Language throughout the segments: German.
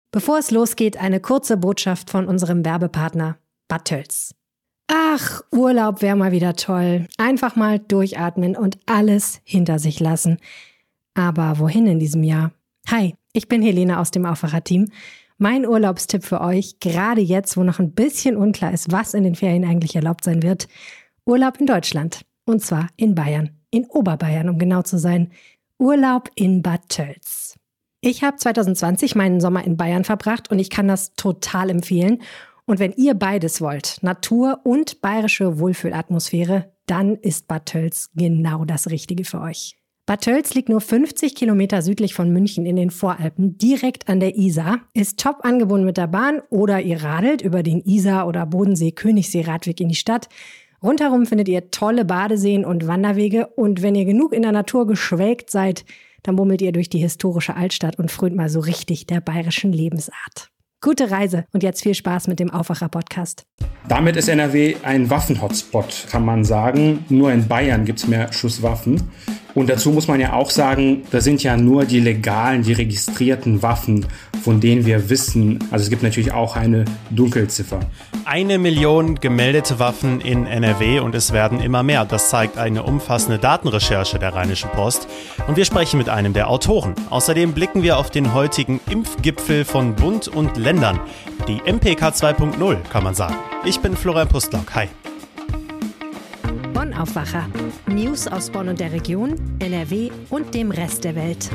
Bevor es losgeht, eine kurze Botschaft von unserem Werbepartner Bad Tölz. Ach, Urlaub wäre mal wieder toll. Einfach mal durchatmen und alles hinter sich lassen. Aber wohin in diesem Jahr? Hi, ich bin Helene aus dem Aufwacher-Team. Mein Urlaubstipp für euch, gerade jetzt, wo noch ein bisschen unklar ist, was in den Ferien eigentlich erlaubt sein wird. Urlaub in Deutschland. Und zwar in Bayern. In Oberbayern, um genau zu sein. Urlaub in Bad Tölz. Ich habe 2020 meinen Sommer in Bayern verbracht und ich kann das total empfehlen. Und wenn ihr beides wollt, Natur und bayerische Wohlfühlatmosphäre, dann ist Bad Tölz genau das Richtige für euch. Bad Tölz liegt nur 50 Kilometer südlich von München in den Voralpen, direkt an der Isar, ist top angebunden mit der Bahn oder ihr radelt über den Isar- oder Bodensee-Königssee-Radweg in die Stadt. Rundherum findet ihr tolle Badeseen und Wanderwege und wenn ihr genug in der Natur geschwelgt seid, dann bummelt ihr durch die historische Altstadt und frönt mal so richtig der bayerischen Lebensart. Gute Reise und jetzt viel Spaß mit dem Aufwacher-Podcast. Damit ist NRW ein Waffen-Hotspot, kann man sagen. Nur in Bayern gibt es mehr Schusswaffen. Und dazu muss man ja auch sagen, das sind ja nur die legalen, die registrierten Waffen, von denen wir wissen. Also es gibt natürlich auch eine Dunkelziffer. 1 Million gemeldete Waffen in NRW und es werden immer mehr. Das zeigt eine umfassende Datenrecherche der Rheinischen Post. Und wir sprechen mit einem der Autoren. Außerdem blicken wir auf den heutigen Impfgipfel von Bund und Ländern. Die MPK 2.0, kann man sagen. Ich bin Florian Pustlauk. Hi. Bonn Aufwacher. News aus Bonn und der Region, NRW und dem Rest der Welt.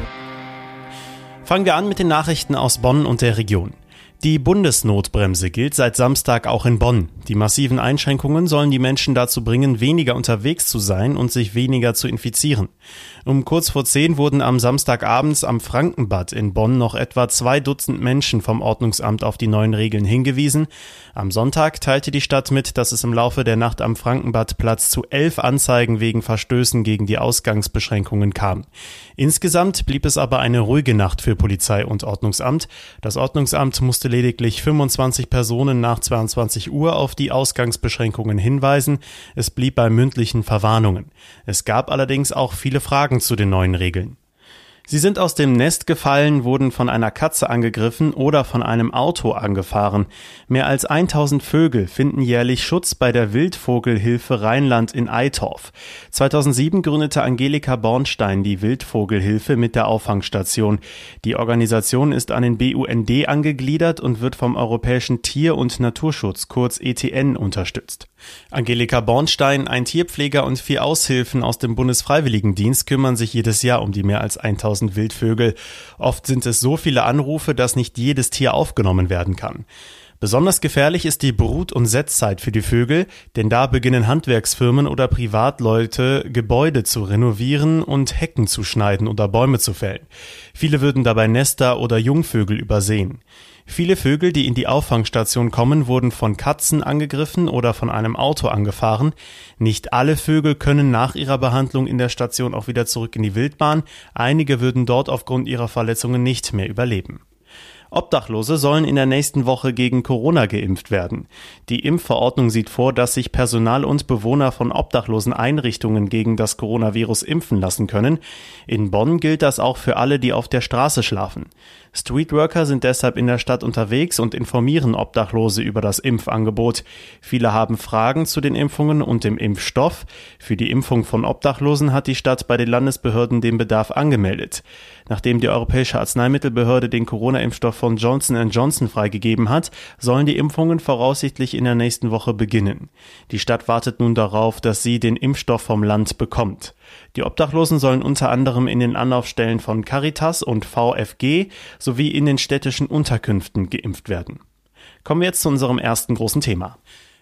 Fangen wir an mit den Nachrichten aus Bonn und der Region. Die Bundesnotbremse gilt seit Samstag auch in Bonn. Die massiven Einschränkungen sollen die Menschen dazu bringen, weniger unterwegs zu sein und sich weniger zu infizieren. Um kurz vor 10 wurden am Samstagabend am Frankenbad in Bonn noch etwa 2 Dutzend Menschen vom Ordnungsamt auf die neuen Regeln hingewiesen. Am Sonntag teilte die Stadt mit, dass es im Laufe der Nacht am Frankenbadplatz zu 11 Anzeigen wegen Verstößen gegen die Ausgangsbeschränkungen kam. Insgesamt blieb es aber eine ruhige Nacht für Polizei und Ordnungsamt. Das Ordnungsamt musste lediglich 25 Personen nach 22 Uhr auf die Ausgangsbeschränkungen hinweisen. Es blieb bei mündlichen Verwarnungen. Es gab allerdings auch viele Fragen zu den neuen Regeln. Sie sind aus dem Nest gefallen, wurden von einer Katze angegriffen oder von einem Auto angefahren. Mehr als 1000 Vögel finden jährlich Schutz bei der Wildvogelhilfe Rheinland in Eitorf. 2007 gründete Angelika Bornstein die Wildvogelhilfe mit der Auffangstation. Die Organisation ist an den BUND angegliedert und wird vom Europäischen Tier- und Naturschutz, kurz ETN, unterstützt. Angelika Bornstein, ein Tierpfleger und 4 Aushilfen aus dem Bundesfreiwilligendienst kümmern sich jedes Jahr um die mehr als 1000 Wildvögel. Oft sind es so viele Anrufe, dass nicht jedes Tier aufgenommen werden kann. Besonders gefährlich ist die Brut- und Setzzeit für die Vögel, denn da beginnen Handwerksfirmen oder Privatleute, Gebäude zu renovieren und Hecken zu schneiden oder Bäume zu fällen. Viele würden dabei Nester oder Jungvögel übersehen. Viele Vögel, die in die Auffangstation kommen, wurden von Katzen angegriffen oder von einem Auto angefahren. Nicht alle Vögel können nach ihrer Behandlung in der Station auch wieder zurück in die Wildbahn. Einige würden dort aufgrund ihrer Verletzungen nicht mehr überleben. Obdachlose sollen in der nächsten Woche gegen Corona geimpft werden. Die Impfverordnung sieht vor, dass sich Personal und Bewohner von obdachlosen Einrichtungen gegen das Coronavirus impfen lassen können. In Bonn gilt das auch für alle, die auf der Straße schlafen. Streetworker sind deshalb in der Stadt unterwegs und informieren Obdachlose über das Impfangebot. Viele haben Fragen zu den Impfungen und dem Impfstoff. Für die Impfung von Obdachlosen hat die Stadt bei den Landesbehörden den Bedarf angemeldet. Nachdem die Europäische Arzneimittelbehörde den Corona-Impfstoff von Johnson & Johnson freigegeben hat, sollen die Impfungen voraussichtlich in der nächsten Woche beginnen. Die Stadt wartet nun darauf, dass sie den Impfstoff vom Land bekommt. Die Obdachlosen sollen unter anderem in den Anlaufstellen von Caritas und VfG sowie in den städtischen Unterkünften geimpft werden. Kommen wir jetzt zu unserem ersten großen Thema.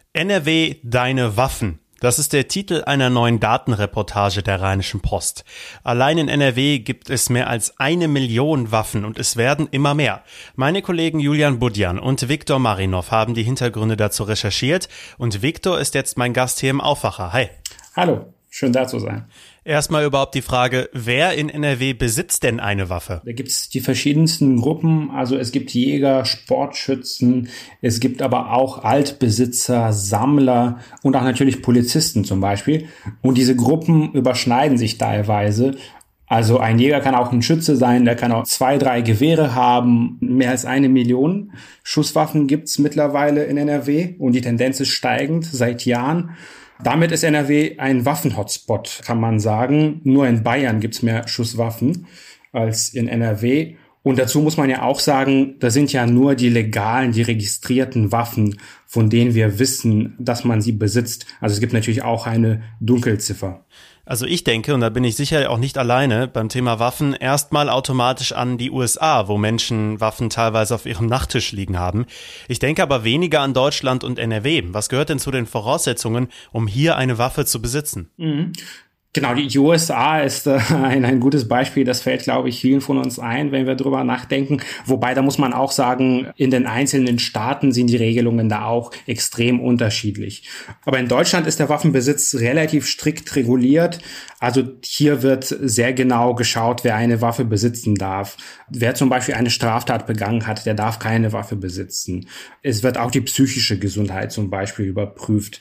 NRW, deine Waffen. Das ist der Titel einer neuen Datenreportage der Rheinischen Post. Allein in NRW gibt es mehr als 1 Million Waffen und es werden immer mehr. Meine Kollegen Julian Budjan und Viktor Marinov haben die Hintergründe dazu recherchiert und Viktor ist jetzt mein Gast hier im Aufwacher. Hi. Hallo, schön da zu sein. Erstmal überhaupt die Frage, wer in NRW besitzt denn eine Waffe? Da gibt es die verschiedensten Gruppen, also es gibt Jäger, Sportschützen, es gibt aber auch Altbesitzer, Sammler und auch natürlich Polizisten zum Beispiel. Und diese Gruppen überschneiden sich teilweise. Also ein Jäger kann auch ein Schütze sein, der kann auch 2, 3 Gewehre haben. Mehr als 1 Million Schusswaffen gibt's mittlerweile in NRW und die Tendenz ist steigend seit Jahren. Damit ist NRW ein Waffen-Hotspot, kann man sagen. Nur in Bayern gibt's mehr Schusswaffen als in NRW. Und dazu muss man ja auch sagen, das sind ja nur die legalen, die registrierten Waffen, von denen wir wissen, dass man sie besitzt. Also es gibt natürlich auch eine Dunkelziffer. Also ich denke, und da bin ich sicher auch nicht alleine, beim Thema Waffen erstmal automatisch an die USA, wo Menschen Waffen teilweise auf ihrem Nachttisch liegen haben. Ich denke aber weniger an Deutschland und NRW. Was gehört denn zu den Voraussetzungen, um hier eine Waffe zu besitzen? Genau, die USA ist ein gutes Beispiel. Das fällt, glaube ich, vielen von uns ein, wenn wir drüber nachdenken. Wobei, da muss man auch sagen, in den einzelnen Staaten sind die Regelungen da auch extrem unterschiedlich. Aber in Deutschland ist der Waffenbesitz relativ strikt reguliert. Also hier wird sehr genau geschaut, wer eine Waffe besitzen darf. Wer zum Beispiel eine Straftat begangen hat, der darf keine Waffe besitzen. Es wird auch die psychische Gesundheit zum Beispiel überprüft.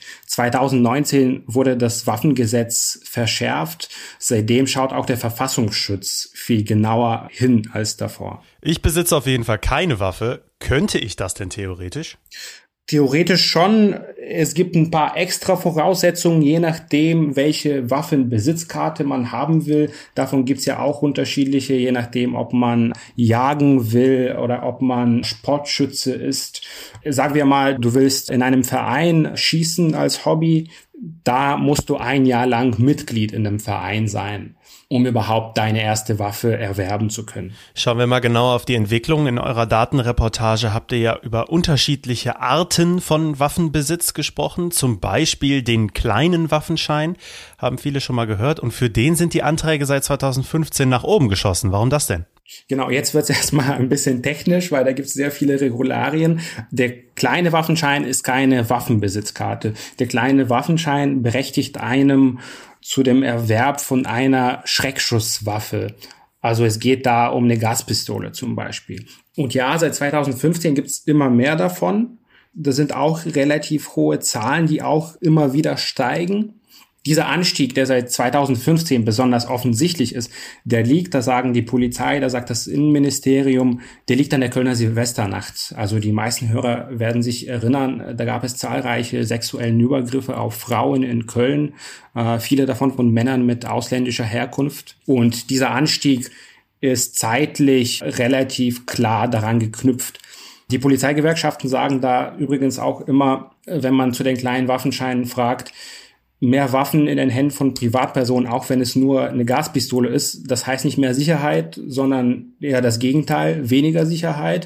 2019 wurde das Waffengesetz verschärft. Seitdem schaut auch der Verfassungsschutz viel genauer hin als davor. Ich besitze auf jeden Fall keine Waffe. Könnte ich das denn theoretisch? Theoretisch schon. Es gibt ein paar extra Voraussetzungen, je nachdem, welche Waffenbesitzkarte man haben will. Davon gibt's ja auch unterschiedliche, je nachdem, ob man jagen will oder ob man Sportschütze ist. Sagen wir mal, du willst in einem Verein schießen als Hobby. Da musst du 1 Jahr lang Mitglied in einem Verein sein, um überhaupt deine erste Waffe erwerben zu können. Schauen wir mal genau auf die Entwicklung. In eurer Datenreportage habt ihr ja über unterschiedliche Arten von Waffenbesitz gesprochen. Zum Beispiel den kleinen Waffenschein, haben viele schon mal gehört. Und für den sind die Anträge seit 2015 nach oben geschossen. Warum das denn? Genau, jetzt wird es erstmal ein bisschen technisch, weil da gibt es sehr viele Regularien. Der kleine Waffenschein ist keine Waffenbesitzkarte. Der kleine Waffenschein berechtigt einem zu dem Erwerb von einer Schreckschusswaffe. Also es geht da um eine Gaspistole zum Beispiel. Und ja, seit 2015 gibt es immer mehr davon. Das sind auch relativ hohe Zahlen, die auch immer wieder steigen. Dieser Anstieg, der seit 2015 besonders offensichtlich ist, der liegt, da sagen die Polizei, da sagt das Innenministerium, der liegt an der Kölner Silvesternacht. Also die meisten Hörer werden sich erinnern, da gab es zahlreiche sexuellen Übergriffe auf Frauen in Köln, viele davon von Männern mit ausländischer Herkunft. Und dieser Anstieg ist zeitlich relativ klar daran geknüpft. Die Polizeigewerkschaften sagen da übrigens auch immer, wenn man zu den kleinen Waffenscheinen fragt, mehr Waffen in den Händen von Privatpersonen, auch wenn es nur eine Gaspistole ist, das heißt nicht mehr Sicherheit, sondern eher das Gegenteil, weniger Sicherheit.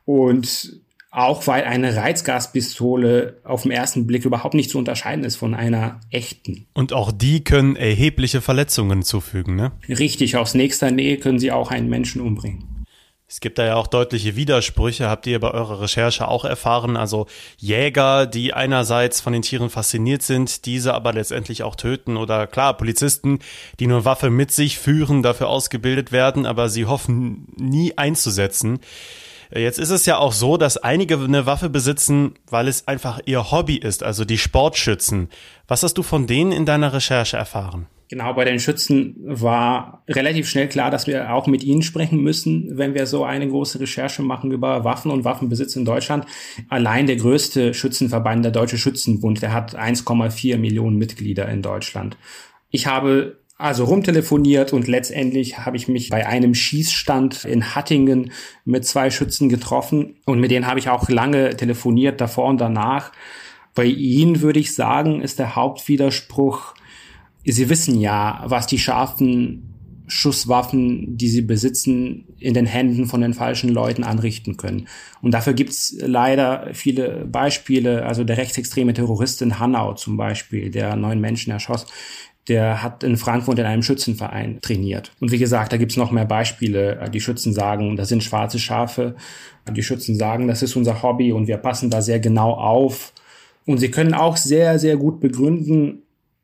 Und auch weil eine Reizgaspistole auf den ersten Blick überhaupt nicht zu unterscheiden ist von einer echten. Und auch die können erhebliche Verletzungen zufügen, ne? Richtig, aus nächster Nähe können sie auch einen Menschen umbringen. Es gibt da ja auch deutliche Widersprüche, habt ihr bei eurer Recherche auch erfahren. Also Jäger, die einerseits von den Tieren fasziniert sind, diese aber letztendlich auch töten. Oder klar, Polizisten, die nur Waffe mit sich führen, dafür ausgebildet werden, aber sie hoffen nie einzusetzen. Jetzt ist es ja auch so, dass einige eine Waffe besitzen, weil es einfach ihr Hobby ist, also die Sportschützen. Was hast du von denen in deiner Recherche erfahren? Genau, bei den Schützen war relativ schnell klar, dass wir auch mit ihnen sprechen müssen, wenn wir so eine große Recherche machen über Waffen und Waffenbesitz in Deutschland. Allein der größte Schützenverband, der Deutsche Schützenbund, der hat 1,4 Millionen Mitglieder in Deutschland. Ich habe also rumtelefoniert und letztendlich habe ich mich bei einem Schießstand in Hattingen mit 2 Schützen getroffen und mit denen habe ich auch lange telefoniert, davor und danach. Bei ihnen würde ich sagen, ist der Hauptwiderspruch, sie wissen ja, was die scharfen Schusswaffen, die sie besitzen, in den Händen von den falschen Leuten anrichten können. Und dafür gibt's leider viele Beispiele. Also der rechtsextreme Terrorist in Hanau zum Beispiel, der 9 Menschen erschoss, der hat in Frankfurt in einem Schützenverein trainiert. Und wie gesagt, da gibt's noch mehr Beispiele. Die Schützen sagen, das sind schwarze Schafe. Die Schützen sagen, das ist unser Hobby und wir passen da sehr genau auf. Und sie können auch sehr, sehr gut begründen,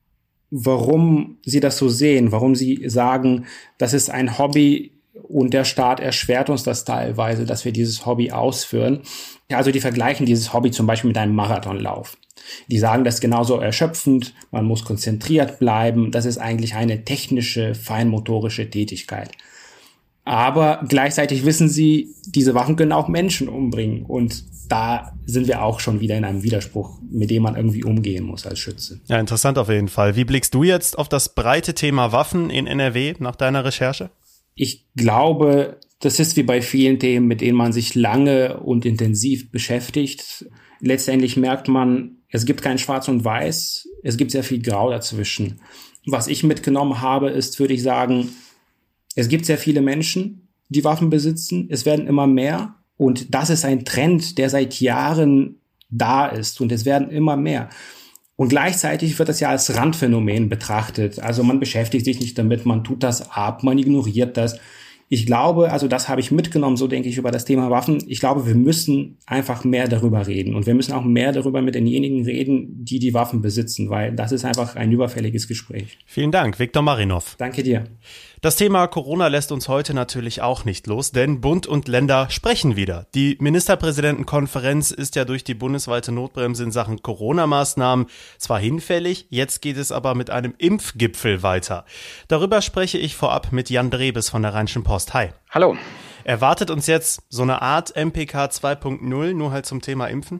warum sie das so sehen, warum sie sagen, das ist ein Hobby und der Staat erschwert uns das teilweise, dass wir dieses Hobby ausführen. Ja, also die vergleichen dieses Hobby zum Beispiel mit einem Marathonlauf. Die sagen das genauso erschöpfend, man muss konzentriert bleiben, das ist eigentlich eine technische, feinmotorische Tätigkeit. Aber gleichzeitig wissen sie, diese Waffen können auch Menschen umbringen und da sind wir auch schon wieder in einem Widerspruch, mit dem man irgendwie umgehen muss als Schütze. Ja, interessant auf jeden Fall. Wie blickst du jetzt auf das breite Thema Waffen in NRW nach deiner Recherche? Ich glaube, das ist wie bei vielen Themen, mit denen man sich lange und intensiv beschäftigt. Letztendlich merkt man, es gibt kein Schwarz und Weiß, es gibt sehr viel Grau dazwischen. Was ich mitgenommen habe, ist, würde ich sagen, es gibt sehr viele Menschen, die Waffen besitzen, es werden immer mehr. Und das ist ein Trend, der seit Jahren da ist und es werden immer mehr. Und gleichzeitig wird das ja als Randphänomen betrachtet. Also man beschäftigt sich nicht damit, man tut das ab, man ignoriert das. Ich glaube, also das habe ich mitgenommen, so denke ich über das Thema Waffen. Ich glaube, wir müssen einfach mehr darüber reden und wir müssen auch mehr darüber mit denjenigen reden, die die Waffen besitzen, weil das ist einfach ein überfälliges Gespräch. Vielen Dank, Viktor Marinov. Danke dir. Das Thema Corona lässt uns heute natürlich auch nicht los, denn Bund und Länder sprechen wieder. Die Ministerpräsidentenkonferenz ist ja durch die bundesweite Notbremse in Sachen Corona-Maßnahmen zwar hinfällig, jetzt geht es aber mit einem Impfgipfel weiter. Darüber spreche ich vorab mit Jan Drebes von der Rheinischen Post. Hi. Hallo. Erwartet uns jetzt so eine Art MPK 2.0, nur halt zum Thema Impfen?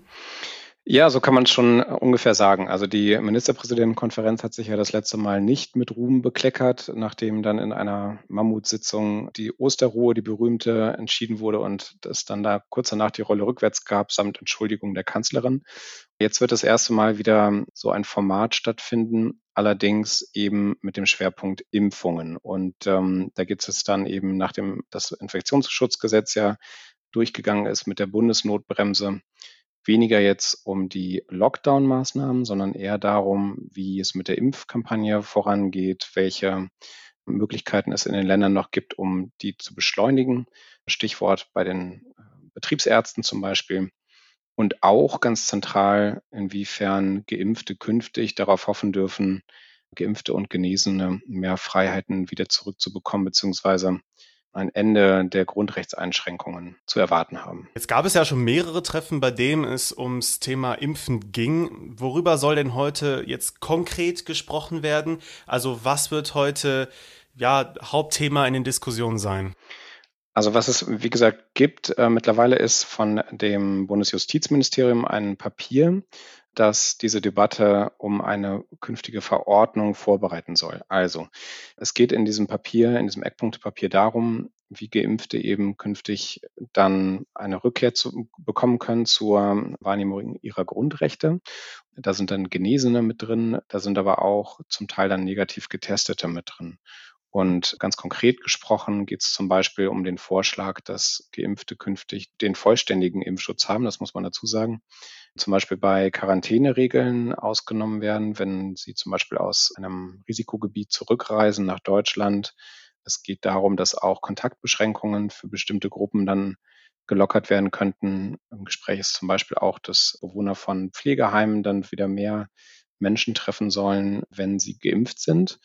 Ja, so kann man es schon ungefähr sagen. Also die Ministerpräsidentenkonferenz hat sich ja das letzte Mal nicht mit Ruhm bekleckert, nachdem dann in einer Mammutsitzung die Osterruhe, die berühmte, entschieden wurde und es dann da kurz danach die Rolle rückwärts gab, samt Entschuldigung der Kanzlerin. Jetzt wird das erste Mal wieder so ein Format stattfinden, allerdings eben mit dem Schwerpunkt Impfungen. Und da geht es dann eben, nachdem das Infektionsschutzgesetz ja durchgegangen ist mit der Bundesnotbremse, weniger jetzt um die Lockdown-Maßnahmen, sondern eher darum, wie es mit der Impfkampagne vorangeht, welche Möglichkeiten es in den Ländern noch gibt, um die zu beschleunigen. Stichwort bei den Betriebsärzten zum Beispiel. Und auch ganz zentral, inwiefern Geimpfte künftig darauf hoffen dürfen, Geimpfte und Genesene mehr Freiheiten wieder zurückzubekommen, beziehungsweise ein Ende der Grundrechtseinschränkungen zu erwarten haben. Jetzt gab es ja schon mehrere Treffen, bei denen es ums Thema Impfen ging. Worüber soll denn heute jetzt konkret gesprochen werden? Also was wird heute Hauptthema in den Diskussionen sein? Also was es, wie gesagt, gibt, mittlerweile ist von dem Bundesjustizministerium ein Papier, das diese Debatte um eine künftige Verordnung vorbereiten soll. Also es geht in diesem Papier, in diesem Eckpunktepapier darum, wie Geimpfte eben künftig dann eine Rückkehr bekommen können zur Wahrnehmung ihrer Grundrechte. Da sind dann Genesene mit drin, da sind aber auch zum Teil dann negativ Getestete mit drin. Und ganz konkret gesprochen geht es zum Beispiel um den Vorschlag, dass Geimpfte künftig den vollständigen Impfschutz haben, das muss man dazu sagen. Zum Beispiel bei Quarantäneregeln ausgenommen werden, wenn sie zum Beispiel aus einem Risikogebiet zurückreisen nach Deutschland. Es geht darum, dass auch Kontaktbeschränkungen für bestimmte Gruppen dann gelockert werden könnten. Im Gespräch ist zum Beispiel auch, dass Bewohner von Pflegeheimen dann wieder mehr Menschen treffen sollen, wenn sie geimpft sind.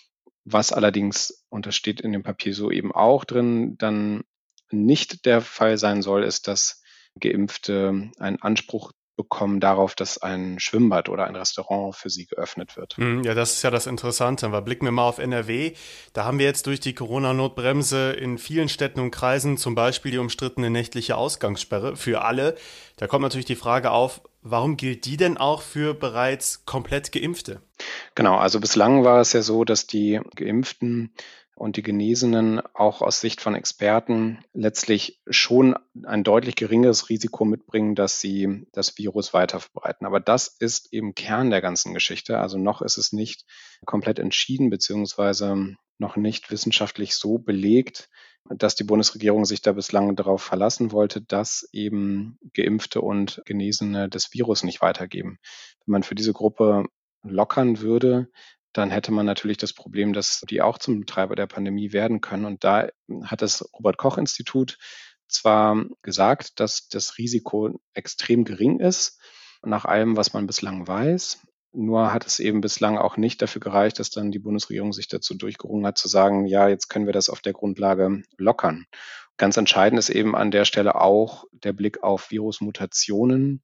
Was allerdings, und das steht in dem Papier so eben auch drin, dann nicht der Fall sein soll, ist, dass Geimpfte einen Anspruch bekommen darauf, dass ein Schwimmbad oder ein Restaurant für sie geöffnet wird. Ja, das ist ja das Interessante. Aber blicken wir mal auf NRW. Da haben wir jetzt durch die Corona-Notbremse in vielen Städten und Kreisen zum Beispiel die umstrittene nächtliche Ausgangssperre für alle. Da kommt natürlich die Frage auf, warum gilt die denn auch für bereits komplett Geimpfte? Genau, also bislang war es ja so, dass die Geimpften und die Genesenen auch aus Sicht von Experten letztlich schon ein deutlich geringeres Risiko mitbringen, dass sie das Virus weiter verbreiten. Aber das ist eben Kern der ganzen Geschichte. Also noch ist es nicht komplett entschieden, beziehungsweise noch nicht wissenschaftlich so belegt, dass die Bundesregierung sich da bislang darauf verlassen wollte, dass eben Geimpfte und Genesene das Virus nicht weitergeben. Wenn man für diese Gruppe lockern würde, dann hätte man natürlich das Problem, dass die auch zum Treiber der Pandemie werden können. Und da hat das Robert-Koch-Institut zwar gesagt, dass das Risiko extrem gering ist, nach allem, was man bislang weiß. Nur hat es eben bislang auch nicht dafür gereicht, dass dann die Bundesregierung sich dazu durchgerungen hat, zu sagen, ja, jetzt können wir das auf der Grundlage lockern. Ganz entscheidend ist eben an der Stelle auch der Blick auf Virusmutationen,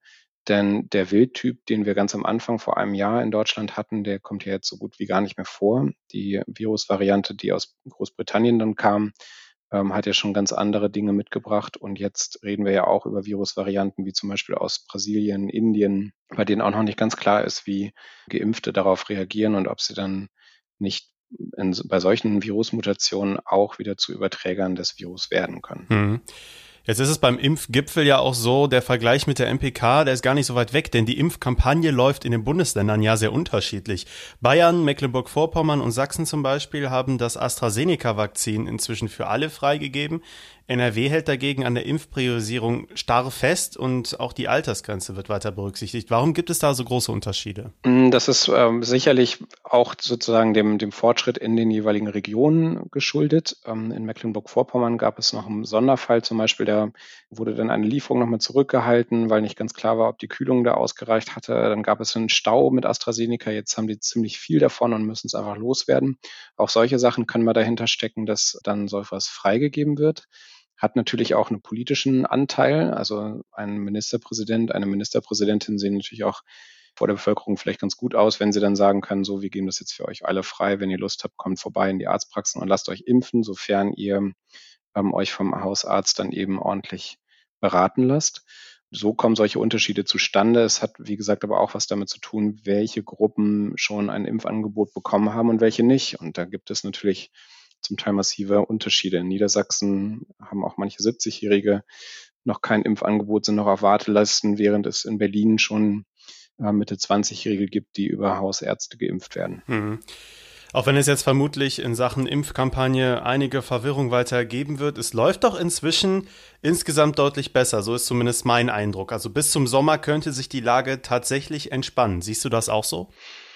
Denn der Wildtyp, den wir ganz am Anfang vor einem Jahr in Deutschland hatten, der kommt ja jetzt so gut wie gar nicht mehr vor. Die Virusvariante, die aus Großbritannien dann kam, hat ja schon ganz andere Dinge mitgebracht. Und jetzt reden wir ja auch über Virusvarianten wie zum Beispiel aus Brasilien, Indien, bei denen auch noch nicht ganz klar ist, wie Geimpfte darauf reagieren und ob sie dann nicht bei solchen Virusmutationen auch wieder zu Überträgern des Virus werden können. Mhm. Jetzt ist es beim Impfgipfel ja auch so, der Vergleich mit der MPK, der ist gar nicht so weit weg, denn die Impfkampagne läuft in den Bundesländern ja sehr unterschiedlich. Bayern, Mecklenburg-Vorpommern und Sachsen zum Beispiel haben das AstraZeneca-Vakzin inzwischen für alle freigegeben. NRW hält dagegen an der Impfpriorisierung starr fest und auch die Altersgrenze wird weiter berücksichtigt. Warum gibt es da so große Unterschiede? Das ist sicherlich auch sozusagen dem Fortschritt in den jeweiligen Regionen geschuldet. In Mecklenburg-Vorpommern gab es noch einen Sonderfall zum Beispiel, da wurde dann eine Lieferung nochmal zurückgehalten, weil nicht ganz klar war, ob die Kühlung da ausgereicht hatte. Dann gab es einen Stau mit AstraZeneca, jetzt haben die ziemlich viel davon und müssen es einfach loswerden. Auch solche Sachen können wir dahinter stecken, dass dann so etwas freigegeben wird. Hat natürlich auch einen politischen Anteil. Also ein Ministerpräsident, eine Ministerpräsidentin sehen natürlich auch vor der Bevölkerung vielleicht ganz gut aus, wenn sie dann sagen können, so, wir geben das jetzt für euch alle frei. Wenn ihr Lust habt, kommt vorbei in die Arztpraxen und lasst euch impfen, sofern ihr euch vom Hausarzt dann eben ordentlich beraten lasst. So kommen solche Unterschiede zustande. Es hat, wie gesagt, aber auch was damit zu tun, welche Gruppen schon ein Impfangebot bekommen haben und welche nicht. Und da gibt es natürlich zum Teil massive Unterschiede. In Niedersachsen haben auch manche 70-Jährige noch kein Impfangebot, sind noch auf Wartelisten, während es in Berlin schon Mitte 20-Jährige gibt, die über Hausärzte geimpft werden. Mhm. Auch wenn es jetzt vermutlich in Sachen Impfkampagne einige Verwirrung weiter geben wird, es läuft doch inzwischen insgesamt deutlich besser. So ist zumindest mein Eindruck. Also bis zum Sommer könnte sich die Lage tatsächlich entspannen. Siehst du das auch so?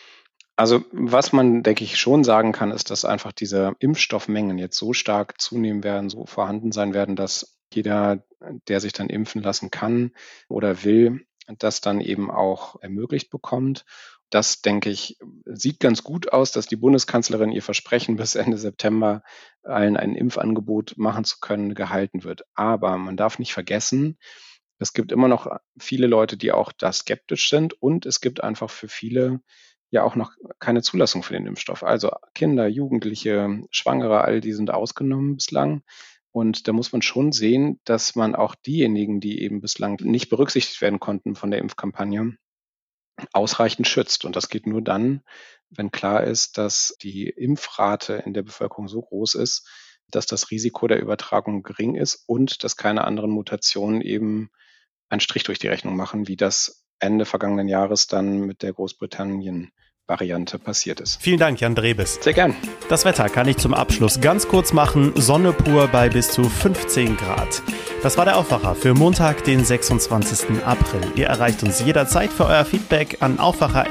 Also was man, denke ich, schon sagen kann, ist, dass einfach diese Impfstoffmengen jetzt so stark zunehmen werden, so vorhanden sein werden, dass jeder, der sich dann impfen lassen kann oder will, das dann eben auch ermöglicht bekommt. Das, denke ich, sieht ganz gut aus, dass die Bundeskanzlerin ihr Versprechen, bis Ende September allen ein Impfangebot machen zu können, gehalten wird. Aber man darf nicht vergessen, es gibt immer noch viele Leute, die auch da skeptisch sind und es gibt einfach für viele ja auch noch keine Zulassung für den Impfstoff. Also Kinder, Jugendliche, Schwangere, all die sind ausgenommen bislang. Und da muss man schon sehen, dass man auch diejenigen, die eben bislang nicht berücksichtigt werden konnten von der Impfkampagne, ausreichend schützt. Und das geht nur dann, wenn klar ist, dass die Impfrate in der Bevölkerung so groß ist, dass das Risiko der Übertragung gering ist und dass keine anderen Mutationen eben einen Strich durch die Rechnung machen, wie das Ende vergangenen Jahres dann mit der Großbritannien-Variante passiert ist. Vielen Dank, Jan Drebes. Sehr gern. Das Wetter kann ich zum Abschluss ganz kurz machen. Sonne pur bei bis zu 15 Grad. Das war der Aufwacher für Montag, den 26. April. Ihr erreicht uns jederzeit für euer Feedback an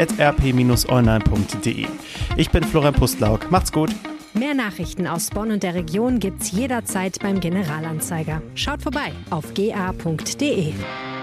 aufwacher@rp-online.de. Ich bin Florian Pustlauk. Macht's gut. Mehr Nachrichten aus Bonn und der Region gibt's jederzeit beim Generalanzeiger. Schaut vorbei auf ga.de.